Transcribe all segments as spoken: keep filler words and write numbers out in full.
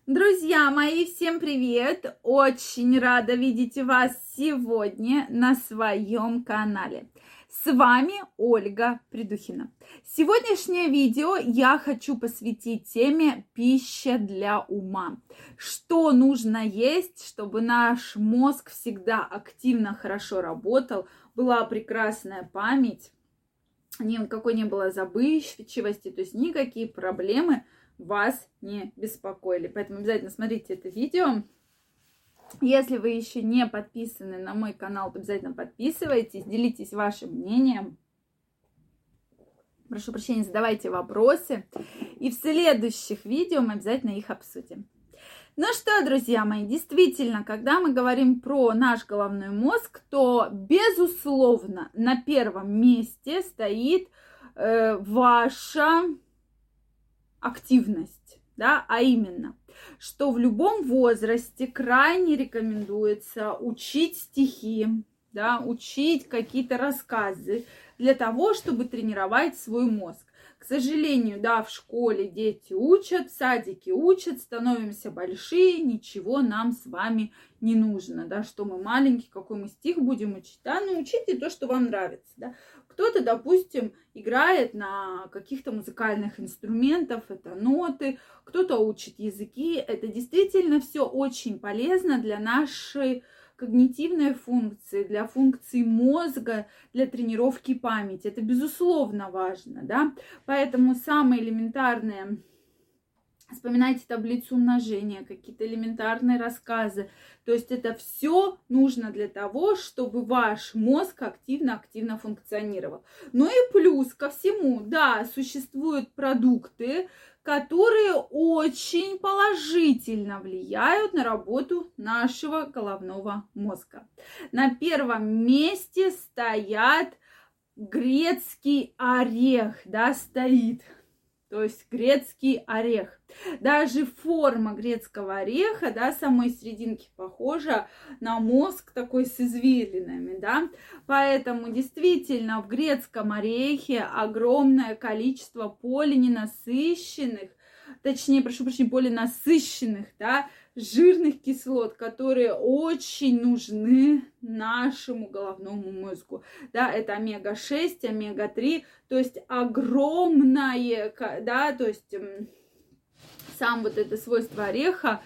Друзья мои, всем привет! Очень рада видеть вас сегодня на своем канале. С вами Ольга Придухина. Сегодняшнее видео я хочу посвятить теме пища для ума. Что нужно есть, чтобы наш мозг всегда активно, хорошо работал, была прекрасная память, никакой не было забывчивости, то есть никакие проблемы вас не беспокоили. Поэтому обязательно смотрите это видео. Если вы еще не подписаны на мой канал, то обязательно подписывайтесь, делитесь вашим мнением. Прошу прощения, задавайте вопросы. И в следующих видео мы обязательно их обсудим. Ну что, друзья мои, действительно, когда мы говорим про наш головной мозг, то, безусловно, на первом месте стоит э, ваша активность, да, а именно, что в любом возрасте крайне рекомендуется учить стихи, да, учить какие-то рассказы для того, чтобы тренировать свой мозг. К сожалению, да, в школе дети учат, в садике учат, становимся большие, ничего нам с вами не нужно, да, что мы маленькие, какой мы стих будем учить, да, ну учите то, что вам нравится, да. Кто-то, допустим, играет на каких-то музыкальных инструментах, это ноты, кто-то учит языки, это действительно все очень полезно для нашей когнитивной функции, для функции мозга, для тренировки памяти. Это, безусловно, важно, да. Поэтому самые элементарные, вспоминайте таблицу умножения, какие-то элементарные рассказы. То есть это все нужно для того, чтобы ваш мозг активно-активно функционировал. Ну и плюс ко всему, да, существуют продукты, которые очень положительно влияют на работу нашего головного мозга. На первом месте стоят грецкий орех, да, стоит. То есть грецкий орех. Даже форма грецкого ореха, да, самой серединки похожа на мозг такой с извилинами, да. Поэтому действительно в грецком орехе огромное количество полиненасыщенных, точнее, прошу прощения, полинасыщенных, да, жирных кислот, которые очень нужны нашему головному мозгу. Да, это омега шесть, омега три, то есть огромное, да, то есть сам вот это свойство ореха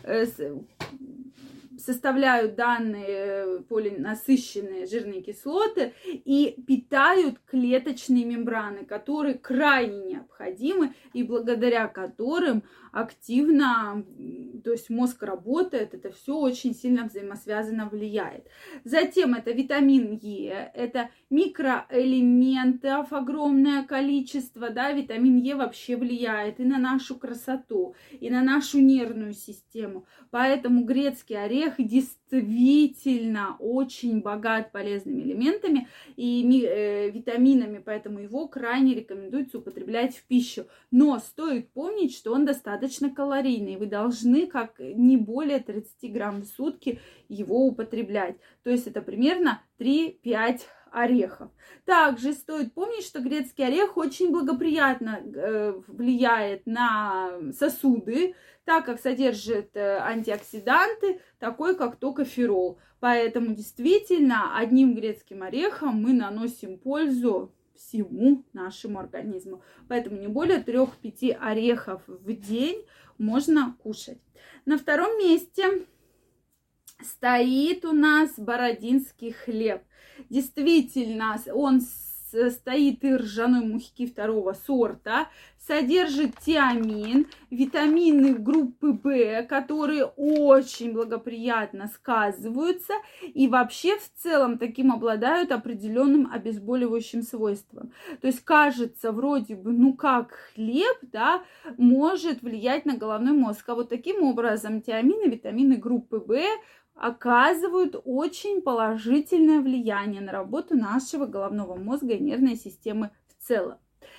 составляют данные полинасыщенные жирные кислоты и питают клеточные мембраны, которые крайне необходимы и благодаря которым активно, то есть мозг работает, это все очень сильно взаимосвязано влияет. Затем это витамин Е, это микроэлементов огромное количество, да, витамин Е вообще влияет и на нашу красоту, и на нашу нервную систему, поэтому грецкий орех действительно очень богат полезными элементами и э, витаминами, поэтому его крайне рекомендуется употреблять в пищу. Но стоит помнить, что он достаточно калорийный. Вы должны как не более тридцать грамм в сутки его употреблять. То есть это примерно три-пять орехов. Также стоит помнить, что грецкий орех очень благоприятно э, влияет на сосуды, так как содержит э, антиоксиданты, такой как токоферол. Поэтому действительно одним грецким орехом мы наносим пользу всему нашему организму. Поэтому не более трех-пяти орехов в день можно кушать. На втором месте стоит у нас бородинский хлеб. Действительно, он состоит из ржаной муки второго сорта, содержит тиамин, витамины группы В, которые очень благоприятно сказываются и вообще в целом таким обладают определенным обезболивающим свойством. То есть кажется вроде бы, ну как хлеб, да, может влиять на головной мозг. А вот таким образом тиамины, витамины группы В оказывают очень положительное влияние на работу нашего головного мозга и нервной системы в целом.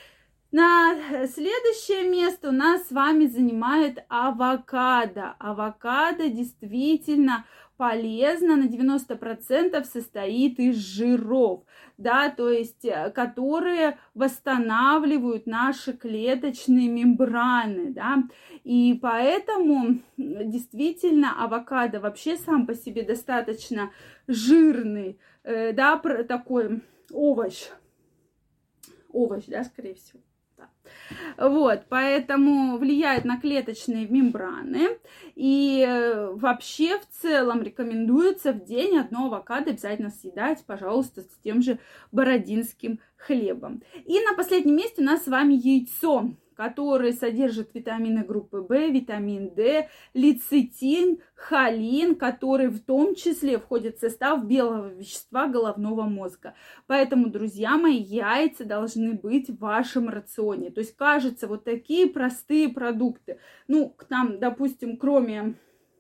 На следующее место у нас с вами занимает авокадо. Авокадо действительно полезно, на девяносто процентов состоит из жиров, да, то есть, которые восстанавливают наши клеточные мембраны, да, и поэтому действительно авокадо вообще сам по себе достаточно жирный, э, да, такой овощ, овощ, да, скорее всего. Вот, поэтому влияет на клеточные мембраны. И вообще в целом рекомендуется в день одно авокадо обязательно съедать, пожалуйста, с тем же бородинским хлебом. И на последнем месте у нас с вами яйцо, который содержит витамины группы В, витамин D, лецитин, холин, который в том числе входит в состав белого вещества головного мозга. Поэтому, друзья мои, яйца должны быть в вашем рационе. То есть, кажется, вот такие простые продукты. Ну, там, допустим, кроме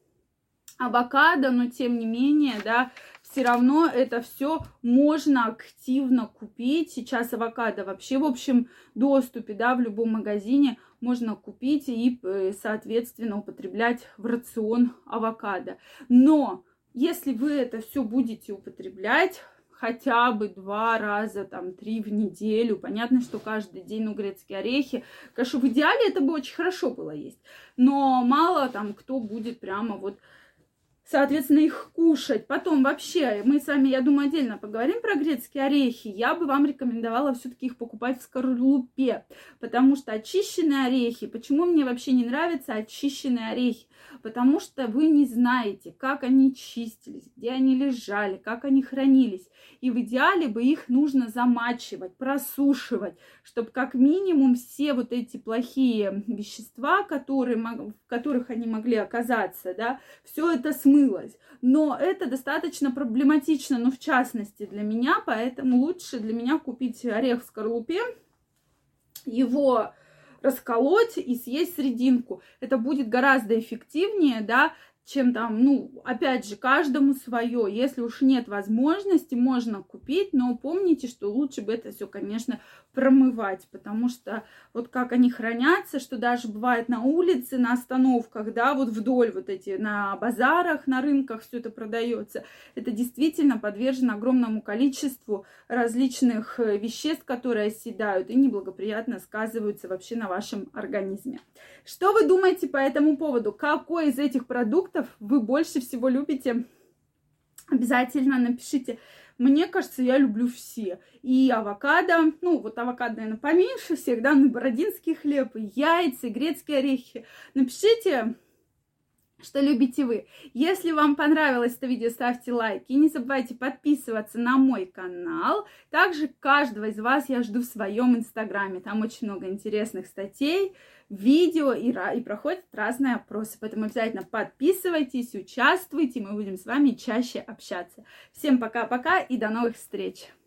авокадо, но тем не менее, да, все равно это все можно активно купить. Сейчас авокадо вообще в общем доступе, да, в любом магазине можно купить и, соответственно, употреблять в рацион авокадо. Но если вы это все будете употреблять хотя бы два раза, там, три в неделю, понятно, что каждый день, ну, грецкие орехи, конечно, в идеале это бы очень хорошо было есть, но мало там кто будет прямо вот, соответственно, их кушать. Потом вообще, мы с вами, я думаю, отдельно поговорим про грецкие орехи. Я бы вам рекомендовала все-таки их покупать в скорлупе, потому что очищенные орехи, почему мне вообще не нравятся очищенные орехи? Потому что вы не знаете, как они чистились, где они лежали, как они хранились. И в идеале бы их нужно замачивать, просушивать, чтобы как минимум все вот эти плохие вещества, которые, в которых они могли оказаться, да, все это смылось. Но это достаточно проблематично, ну, в частности для меня, поэтому лучше для меня купить орех в скорлупе, его расколоть и съесть серединку. Это будет гораздо эффективнее, да, чем там, ну, опять же, каждому свое. Если уж нет возможности, можно купить, но помните, что лучше бы это все, конечно, промывать, потому что вот как они хранятся, что даже бывает на улице, на остановках, да, вот вдоль вот эти, на базарах, на рынках все это продается, это действительно подвержено огромному количеству различных веществ, которые оседают и неблагоприятно сказываются вообще на вашем организме. Что вы думаете по этому поводу? Какой из этих продуктов вы больше всего любите? Обязательно напишите. Мне кажется, я люблю все. И авокадо, ну вот авокадо, наверное, поменьше всех, да, ну бородинский хлеб, и яйца, и грецкие орехи. Напишите, что любите вы. Если вам понравилось это видео, ставьте лайк. И не забывайте подписываться на мой канал. Также каждого из вас я жду в своем инстаграме. Там очень много интересных статей, видео и, и проходят разные опросы. Поэтому обязательно подписывайтесь, участвуйте. Мы будем с вами чаще общаться. Всем пока-пока и до новых встреч!